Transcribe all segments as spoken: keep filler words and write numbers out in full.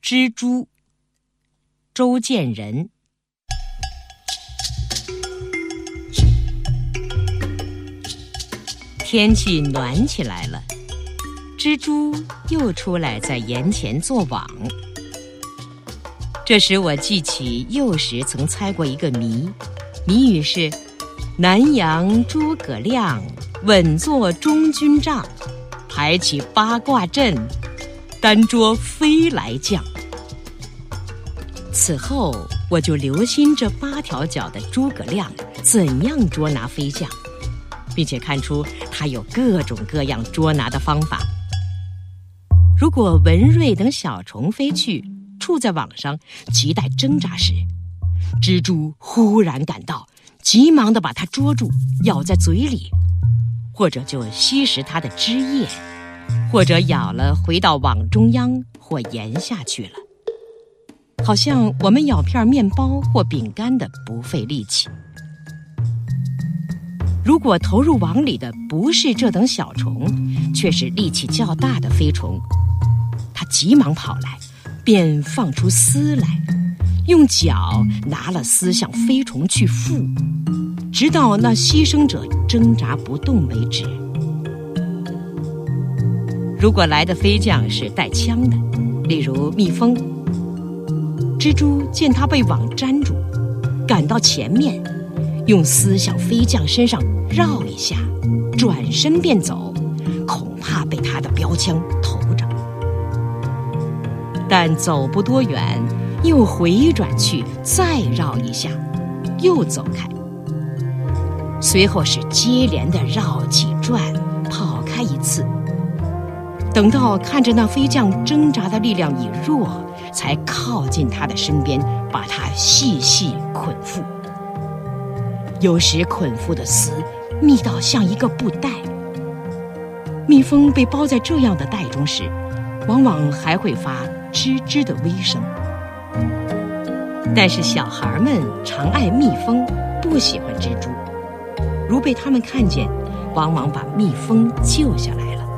蜘蛛，周建人。天气暖起来了，蜘蛛又出来在檐前做网。这时我记起幼时曾猜过一个谜，谜语是：南阳诸葛亮，稳坐中军帐，排起八卦阵，单捉飞来将。此后我就留心这八条脚的诸葛亮怎样捉拿飞将，并且看出他有各种各样捉拿的方法。如果文瑞等小虫飞去，触在网上，亟待挣扎时，蜘蛛忽然赶到，急忙地把它捉住，咬在嘴里，或者就吸食它的汁液，或者咬了回到网中央或沿下去了，好像我们咬片面包或饼干的不费力气。如果投入网里的不是这等小虫，却是力气较大的飞虫，它急忙跑来，便放出丝来，用脚拿了丝向飞虫去缚，直到那牺牲者挣扎不动为止。如果来的飞将是带枪的，例如蜜蜂，蜘蛛见它被网粘住，赶到前面，用丝向飞将身上绕一下，转身便走，恐怕被他的标枪投着。但走不多远，又回转去，再绕一下，又走开。随后是接连的绕几转，跑开一次。等到看着那飞将挣扎的力量已弱，才靠近他的身边，把他细细捆缚。有时捆缚的丝密到像一个布袋。蜜蜂被包在这样的袋中时，往往还会发吱吱的微声。但是小孩们常爱蜜蜂，不喜欢蜘蛛。如被他们看见，往往把蜜蜂救下来了。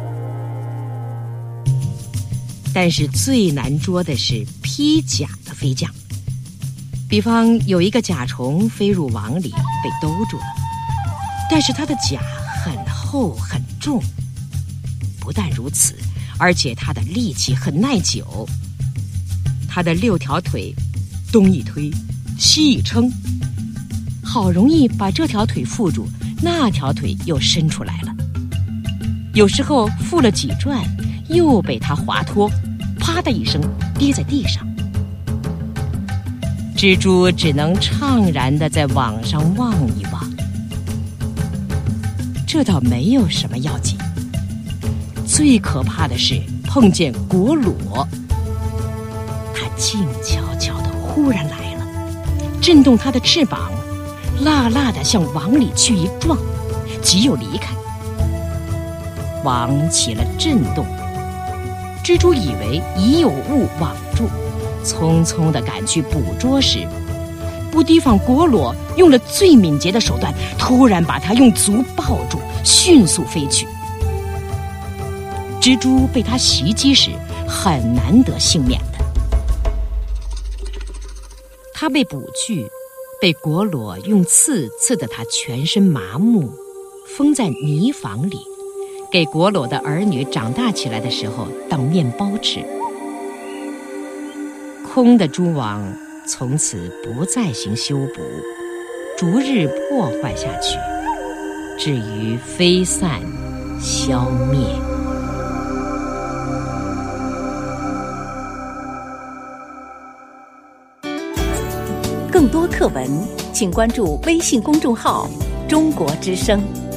但是最难捉的是披甲的飞将。比方有一个甲虫飞入网里，被兜住了，但是它的甲很厚很重。不但如此，而且它的力气很耐久。它的六条腿东一推西一撑，好容易把这条腿缚住，那条腿又伸出来了。有时候缚了几转，又被它滑脱，啪的一声跌在地上。蜘蛛只能怅然地在网上望一望。这倒没有什么要紧，最可怕的是碰见果裸。它静悄悄地忽然来了，震动它的翅膀，辣辣地向网里去一撞，即又离开。网起了震动，蜘蛛以为已有物网住，匆匆地赶去捕捉时，不提防果裸用了最敏捷的手段，突然把它用足抱住，迅速飞去。蜘蛛被它袭击时，很难得幸免的。它被捕去，被果裸用刺刺得它全身麻木，封在泥房里，给果裸的儿女长大起来的时候当面包吃。空的蛛网从此不再行修补，逐日破坏下去，至于飞散消灭。 更多课文请关注微信公众号中国之声。